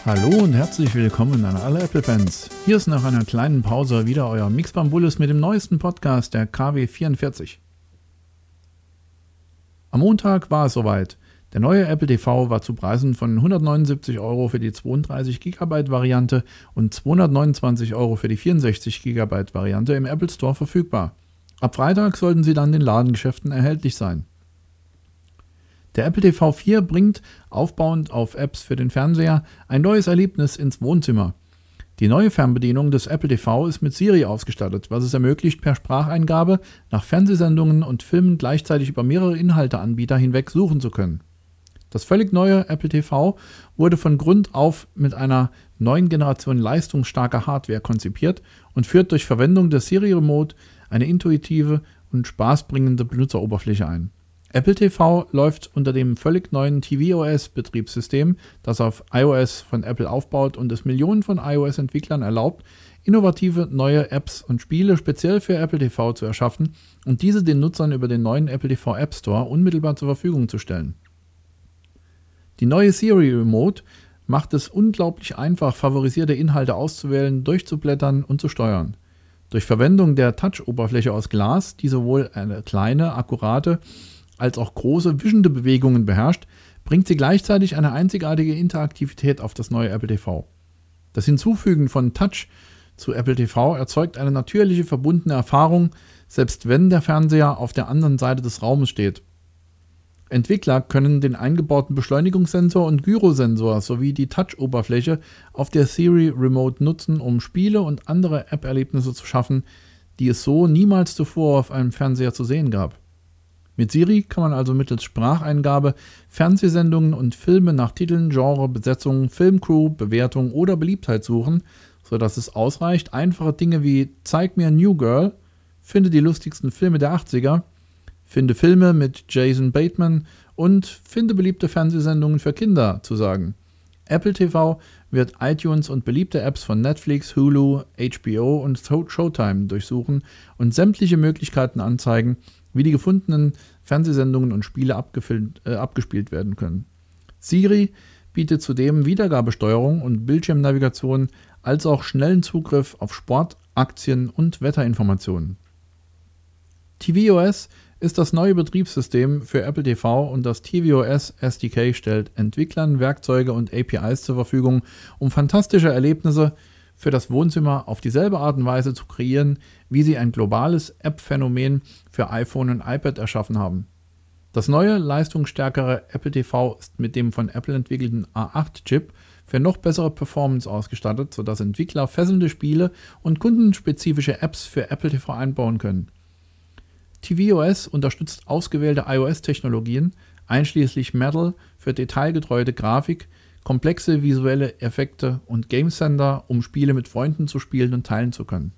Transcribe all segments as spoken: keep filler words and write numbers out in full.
Hallo und herzlich willkommen an alle Apple-Fans. Hier ist nach einer kleinen Pause wieder euer Mixbambulus mit dem neuesten Podcast der K W vierundvierzig. Am Montag war es soweit. Der neue Apple T V war zu Preisen von hundertneunundsiebzig Euro für die zweiunddreißig Gigabyte Variante und zweihundertneunundzwanzig Euro für die vierundsechzig Gigabyte Variante im Apple Store verfügbar. Ab Freitag sollten sie dann in Ladengeschäften erhältlich sein. Der Apple T V vier bringt, aufbauend auf Apps für den Fernseher, ein neues Erlebnis ins Wohnzimmer. Die neue Fernbedienung des Apple T V ist mit Siri ausgestattet, was es ermöglicht, per Spracheingabe nach Fernsehsendungen und Filmen gleichzeitig über mehrere Inhalteanbieter hinweg suchen zu können. Das völlig neue Apple T V wurde von Grund auf mit einer neuen Generation leistungsstarker Hardware konzipiert und führt durch Verwendung des Siri Remote eine intuitive und spaßbringende Benutzeroberfläche ein. Apple T V läuft unter dem völlig neuen tvOS-Betriebssystem, das auf iOS von Apple aufbaut und es Millionen von iOS-Entwicklern erlaubt, innovative neue Apps und Spiele speziell für Apple T V zu erschaffen und diese den Nutzern über den neuen Apple T V App Store unmittelbar zur Verfügung zu stellen. Die neue Siri Remote macht es unglaublich einfach, favorisierte Inhalte auszuwählen, durchzublättern und zu steuern. Durch Verwendung der Touch-Oberfläche aus Glas, die sowohl eine kleine, akkurate als auch große, wischende Bewegungen beherrscht, bringt sie gleichzeitig eine einzigartige Interaktivität auf das neue Apple T V. Das Hinzufügen von Touch zu Apple T V erzeugt eine natürliche, verbundene Erfahrung, selbst wenn der Fernseher auf der anderen Seite des Raumes steht. Entwickler können den eingebauten Beschleunigungssensor und Gyrosensor sowie die Touch-Oberfläche auf der Siri Remote nutzen, um Spiele und andere App-Erlebnisse zu schaffen, die es so niemals zuvor auf einem Fernseher zu sehen gab. Mit Siri kann man also mittels Spracheingabe Fernsehsendungen und Filme nach Titeln, Genre, Besetzung, Filmcrew, Bewertung oder Beliebtheit suchen, sodass es ausreicht, einfache Dinge wie „Zeig mir New Girl", „Finde die lustigsten Filme der achtziger", „Finde Filme mit Jason Bateman" und „Finde beliebte Fernsehsendungen für Kinder" zu sagen. Apple T V wird iTunes und beliebte Apps von Netflix, Hulu, H B O und Showtime durchsuchen und sämtliche Möglichkeiten anzeigen, wie die gefundenen Fernsehsendungen und Spiele abgefilmt, äh, abgespielt werden können. Siri bietet zudem Wiedergabesteuerung und Bildschirmnavigation als auch schnellen Zugriff auf Sport-, Aktien- und Wetterinformationen. tvOS ist das neue Betriebssystem für Apple T V und das tvOS S D K stellt Entwicklern Werkzeuge und A P Is zur Verfügung, um fantastische Erlebnisse für das Wohnzimmer auf dieselbe Art und Weise zu kreieren, wie sie ein globales App-Phänomen für iPhone und iPad erschaffen haben. Das neue, leistungsstärkere Apple T V ist mit dem von Apple entwickelten A acht Chip für noch bessere Performance ausgestattet, sodass Entwickler fesselnde Spiele und kundenspezifische Apps für Apple T V einbauen können. tvOS unterstützt ausgewählte iOS-Technologien, einschließlich Metal für detailgetreue Grafik, komplexe visuelle Effekte und Game Center, um Spiele mit Freunden zu spielen und teilen zu können.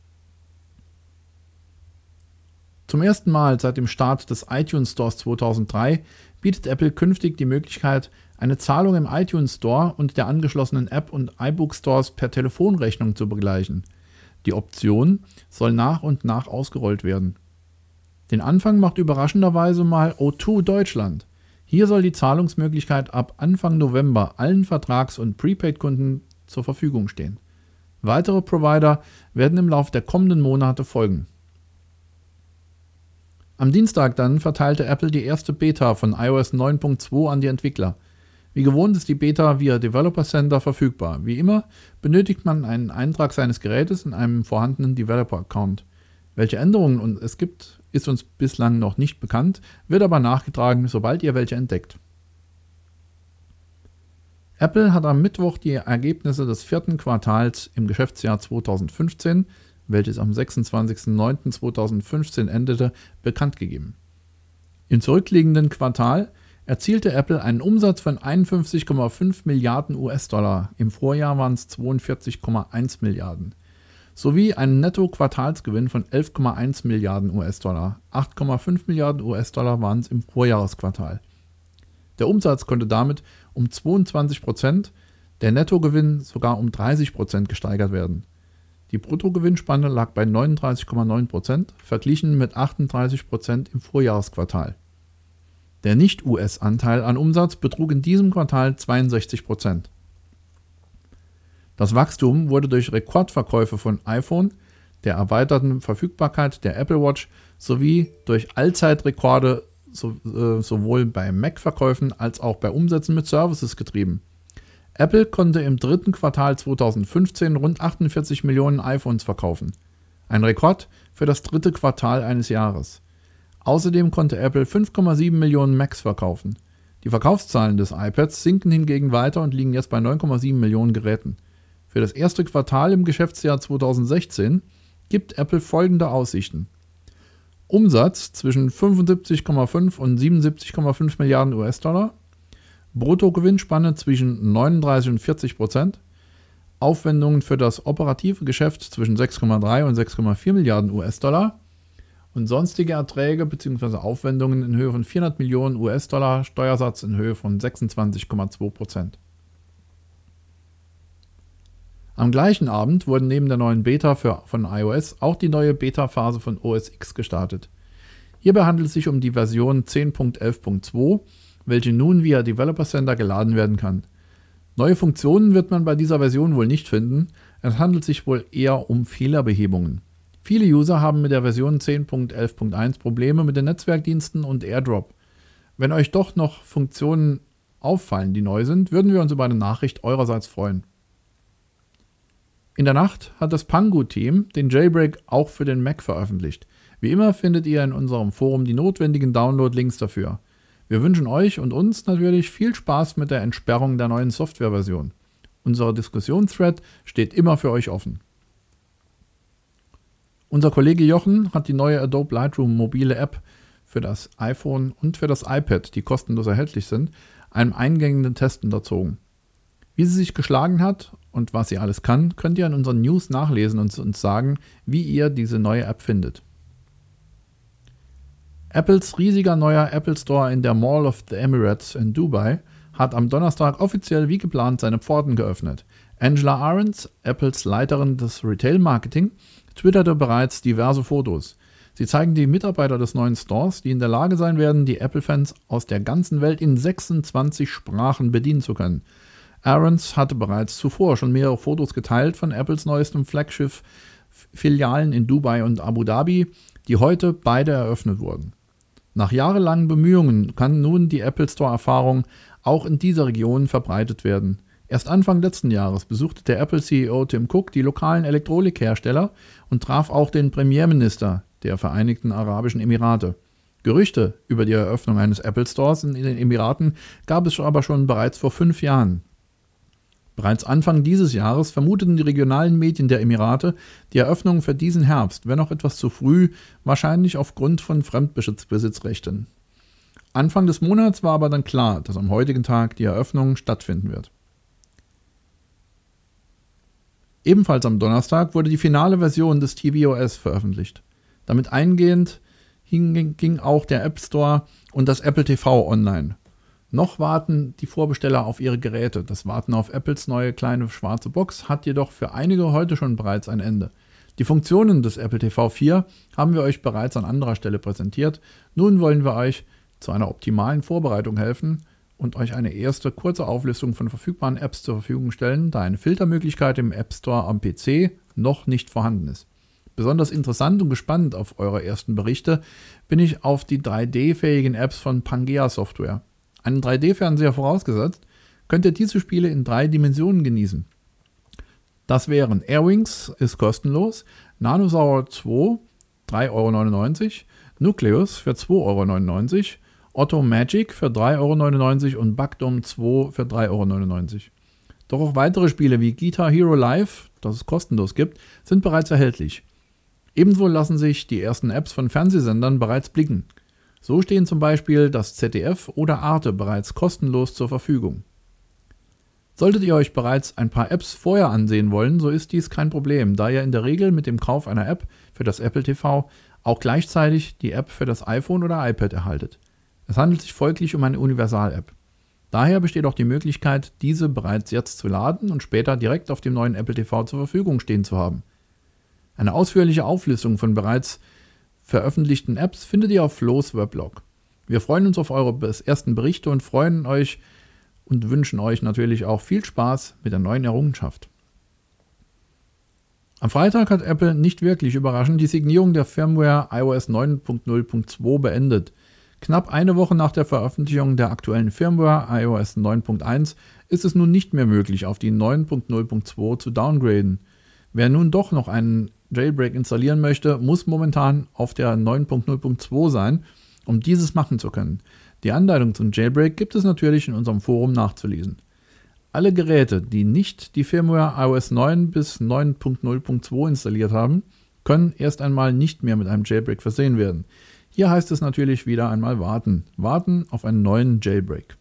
Zum ersten Mal seit dem Start des iTunes Stores zweitausenddrei bietet Apple künftig die Möglichkeit, eine Zahlung im iTunes Store und der angeschlossenen App- und iBook Stores per Telefonrechnung zu begleichen. Die Option soll nach und nach ausgerollt werden. Den Anfang macht überraschenderweise mal O zwei Deutschland. Hier soll die Zahlungsmöglichkeit ab Anfang November allen Vertrags- und Prepaid-Kunden zur Verfügung stehen. Weitere Provider werden im Laufe der kommenden Monate folgen. Am Dienstag dann verteilte Apple die erste Beta von iOS neun Punkt zwei an die Entwickler. Wie gewohnt ist die Beta via Developer Center verfügbar. Wie immer benötigt man einen Eintrag seines Gerätes in einem vorhandenen Developer-Account. Welche Änderungen es gibt, ist uns bislang noch nicht bekannt, wird aber nachgetragen, sobald ihr welche entdeckt. Apple hat am Mittwoch die Ergebnisse des vierten Quartals im Geschäftsjahr zweitausendfünfzehn, welches am sechsundzwanzigsten neunten zweitausendfünfzehn endete, bekannt gegeben. Im zurückliegenden Quartal erzielte Apple einen Umsatz von einundfünfzig Komma fünf Milliarden U S-Dollar, im Vorjahr waren es zweiundvierzig Komma eins Milliarden, sowie einen Netto-Quartalsgewinn von elf Komma eins Milliarden U S-Dollar, acht Komma fünf Milliarden U S-Dollar waren es im Vorjahresquartal. Der Umsatz konnte damit um zweiundzwanzig Prozent, der Nettogewinn sogar um dreißig Prozent gesteigert werden. Die Bruttogewinnspanne lag bei neununddreißig Komma neun Prozent, verglichen mit achtunddreißig Prozent im Vorjahresquartal. Der Nicht-U S-Anteil an Umsatz betrug in diesem Quartal zweiundsechzig Prozent. Das Wachstum wurde durch Rekordverkäufe von iPhone, der erweiterten Verfügbarkeit der Apple Watch sowie durch Allzeitrekorde so, äh, sowohl bei Mac-Verkäufen als auch bei Umsätzen mit Services getrieben. Apple konnte im dritten Quartal zweitausendfünfzehn rund achtundvierzig Millionen iPhones verkaufen. Ein Rekord für das dritte Quartal eines Jahres. Außerdem konnte Apple fünf Komma sieben Millionen Macs verkaufen. Die Verkaufszahlen des iPads sinken hingegen weiter und liegen jetzt bei neun Komma sieben Millionen Geräten. Für das erste Quartal im Geschäftsjahr zweitausendsechzehn gibt Apple folgende Aussichten. Umsatz zwischen fünfundsiebzig Komma fünf und siebenundsiebzig Komma fünf Milliarden U S-Dollar, Bruttogewinnspanne zwischen neununddreißig und vierzig Prozent, Aufwendungen für das operative Geschäft zwischen sechs Komma drei und sechs Komma vier Milliarden U S-Dollar und sonstige Erträge bzw. Aufwendungen in Höhe von vierhundert Millionen U S-Dollar, Steuersatz in Höhe von sechsundzwanzig Komma zwei Prozent. Am gleichen Abend wurden neben der neuen Beta für, von iOS auch die neue Beta-Phase von O S X gestartet. Hierbei handelt es sich um die Version zehn Punkt elf Punkt zwei, welche nun via Developer Center geladen werden kann. Neue Funktionen wird man bei dieser Version wohl nicht finden, es handelt sich wohl eher um Fehlerbehebungen. Viele User haben mit der Version zehn Punkt elf Punkt eins Probleme mit den Netzwerkdiensten und AirDrop. Wenn euch doch noch Funktionen auffallen, die neu sind, würden wir uns über eine Nachricht eurerseits freuen. In der Nacht hat das Pangu-Team den Jailbreak auch für den Mac veröffentlicht. Wie immer findet ihr in unserem Forum die notwendigen Download-Links dafür. Wir wünschen euch und uns natürlich viel Spaß mit der Entsperrung der neuen Softwareversion. Unser Diskussionsthread steht immer für euch offen. Unser Kollege Jochen hat die neue Adobe Lightroom mobile App für das iPhone und für das iPad, die kostenlos erhältlich sind, einem eingängigen Test unterzogen. Wie sie sich geschlagen hat und was sie alles kann, könnt ihr in unseren News nachlesen und uns sagen, wie ihr diese neue App findet. Apples riesiger neuer Apple Store in der Mall of the Emirates in Dubai hat am Donnerstag offiziell wie geplant seine Pforten geöffnet. Angela Ahrens, Apples Leiterin des Retail Marketing, twitterte bereits diverse Fotos. Sie zeigen die Mitarbeiter des neuen Stores, die in der Lage sein werden, die Apple-Fans aus der ganzen Welt in sechsundzwanzig Sprachen bedienen zu können. Ahrens hatte bereits zuvor schon mehrere Fotos geteilt von Apples neuestem Flaggschiff-Filialen in Dubai und Abu Dhabi, die heute beide eröffnet wurden. Nach jahrelangen Bemühungen kann nun die Apple Store-Erfahrung auch in dieser Region verbreitet werden. Erst Anfang letzten Jahres besuchte der Apple-C E O Tim Cook die lokalen Elektronikhersteller und traf auch den Premierminister der Vereinigten Arabischen Emirate. Gerüchte über die Eröffnung eines Apple Stores in den Emiraten gab es aber schon bereits vor fünf Jahren. Bereits Anfang dieses Jahres vermuteten die regionalen Medien der Emirate die Eröffnung für diesen Herbst, wenn auch etwas zu früh, wahrscheinlich aufgrund von Fremdbesitzrechten. Anfang des Monats war aber dann klar, dass am heutigen Tag die Eröffnung stattfinden wird. Ebenfalls am Donnerstag wurde die finale Version des tvOS veröffentlicht. Damit eingehend ging, ging auch der App Store und das Apple T V online. Noch warten die Vorbesteller auf ihre Geräte. Das Warten auf Apples neue kleine schwarze Box hat jedoch für einige heute schon bereits ein Ende. Die Funktionen des Apple T V vier haben wir euch bereits an anderer Stelle präsentiert. Nun wollen wir euch zu einer optimalen Vorbereitung helfen und euch eine erste kurze Auflistung von verfügbaren Apps zur Verfügung stellen, da eine Filtermöglichkeit im App Store am P C noch nicht vorhanden ist. Besonders interessant und gespannt auf eure ersten Berichte bin ich auf die drei D-fähigen Apps von Pangea Software. Einen drei D-Fernseher vorausgesetzt, könnt ihr diese Spiele in drei Dimensionen genießen. Das wären Airwings, ist kostenlos, Nanosaur zwei, drei Euro neunundneunzig, Nucleus für zwei Euro neunundneunzig, Otto Magic für drei Euro neunundneunzig und Bugdom zwei für drei Euro neunundneunzig. Doch auch weitere Spiele wie Guitar Hero Live, das es kostenlos gibt, sind bereits erhältlich. Ebenso lassen sich die ersten Apps von Fernsehsendern bereits blicken. So stehen zum Beispiel das Z D F oder Arte bereits kostenlos zur Verfügung. Solltet ihr euch bereits ein paar Apps vorher ansehen wollen, so ist dies kein Problem, da ihr in der Regel mit dem Kauf einer App für das Apple T V auch gleichzeitig die App für das iPhone oder iPad erhaltet. Es handelt sich folglich um eine Universal-App. Daher besteht auch die Möglichkeit, diese bereits jetzt zu laden und später direkt auf dem neuen Apple T V zur Verfügung stehen zu haben. Eine ausführliche Auflistung von bereits veröffentlichten Apps findet ihr auf Flo's Weblog. Wir freuen uns auf eure ersten Berichte und freuen euch und wünschen euch natürlich auch viel Spaß mit der neuen Errungenschaft. Am Freitag hat Apple nicht wirklich überraschend die Signierung der Firmware i O S neun Punkt null Punkt zwei beendet. Knapp eine Woche nach der Veröffentlichung der aktuellen Firmware i O S neun Punkt eins ist es nun nicht mehr möglich, auf die neun Punkt null Punkt zwei zu downgraden. Wer nun doch noch einen Jailbreak installieren möchte, muss momentan auf der neun Punkt null Punkt zwei sein, um dieses machen zu können. Die Anleitung zum Jailbreak gibt es natürlich in unserem Forum nachzulesen. Alle Geräte, die nicht die Firmware i O S neun bis neun Punkt null Punkt zwei installiert haben, können erst einmal nicht mehr mit einem Jailbreak versehen werden. Hier heißt es natürlich wieder einmal warten. Warten auf einen neuen Jailbreak.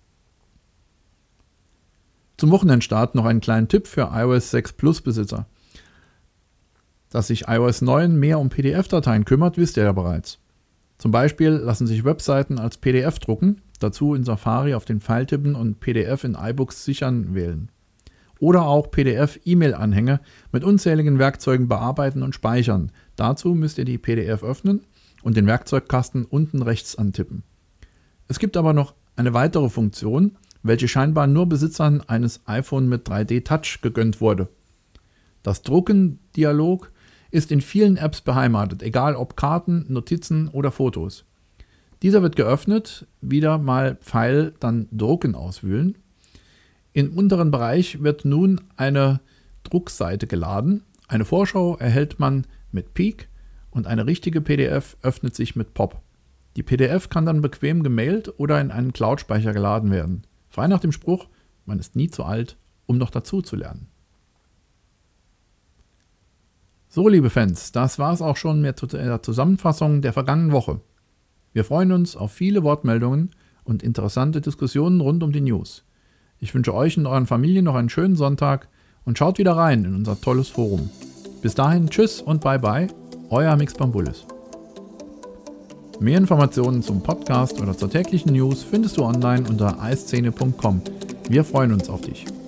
Zum Wochenendstart noch einen kleinen Tipp für iOS sechs Plus Besitzer. Dass sich i O S neun mehr um P D F-Dateien kümmert, wisst ihr ja bereits. Zum Beispiel lassen sich Webseiten als P D F drucken, dazu in Safari auf den Pfeil tippen und P D F in iBooks sichern wählen. Oder auch P D F-E-Mail-Anhänge mit unzähligen Werkzeugen bearbeiten und speichern. Dazu müsst ihr die P D F öffnen und den Werkzeugkasten unten rechts antippen. Es gibt aber noch eine weitere Funktion, welche scheinbar nur Besitzern eines iPhone mit drei D Touch gegönnt wurde. Das Drucken-Dialog ist in vielen Apps beheimatet, egal ob Karten, Notizen oder Fotos. Dieser wird geöffnet, wieder mal Pfeil, dann Drucken auswählen. Im unteren Bereich wird nun eine Druckseite geladen. Eine Vorschau erhält man mit Peek und eine richtige P D F öffnet sich mit Pop. Die P D F kann dann bequem gemailt oder in einen Cloud-Speicher geladen werden. Frei nach dem Spruch, man ist nie zu alt, um noch dazu zu lernen. So, liebe Fans, das war es auch schon mit der Zusammenfassung der vergangenen Woche. Wir freuen uns auf viele Wortmeldungen und interessante Diskussionen rund um die News. Ich wünsche euch und euren Familien noch einen schönen Sonntag und schaut wieder rein in unser tolles Forum. Bis dahin, tschüss und bye bye, euer Mix Bambulis. Mehr Informationen zum Podcast oder zur täglichen News findest du online unter i szene punkt com. Wir freuen uns auf dich.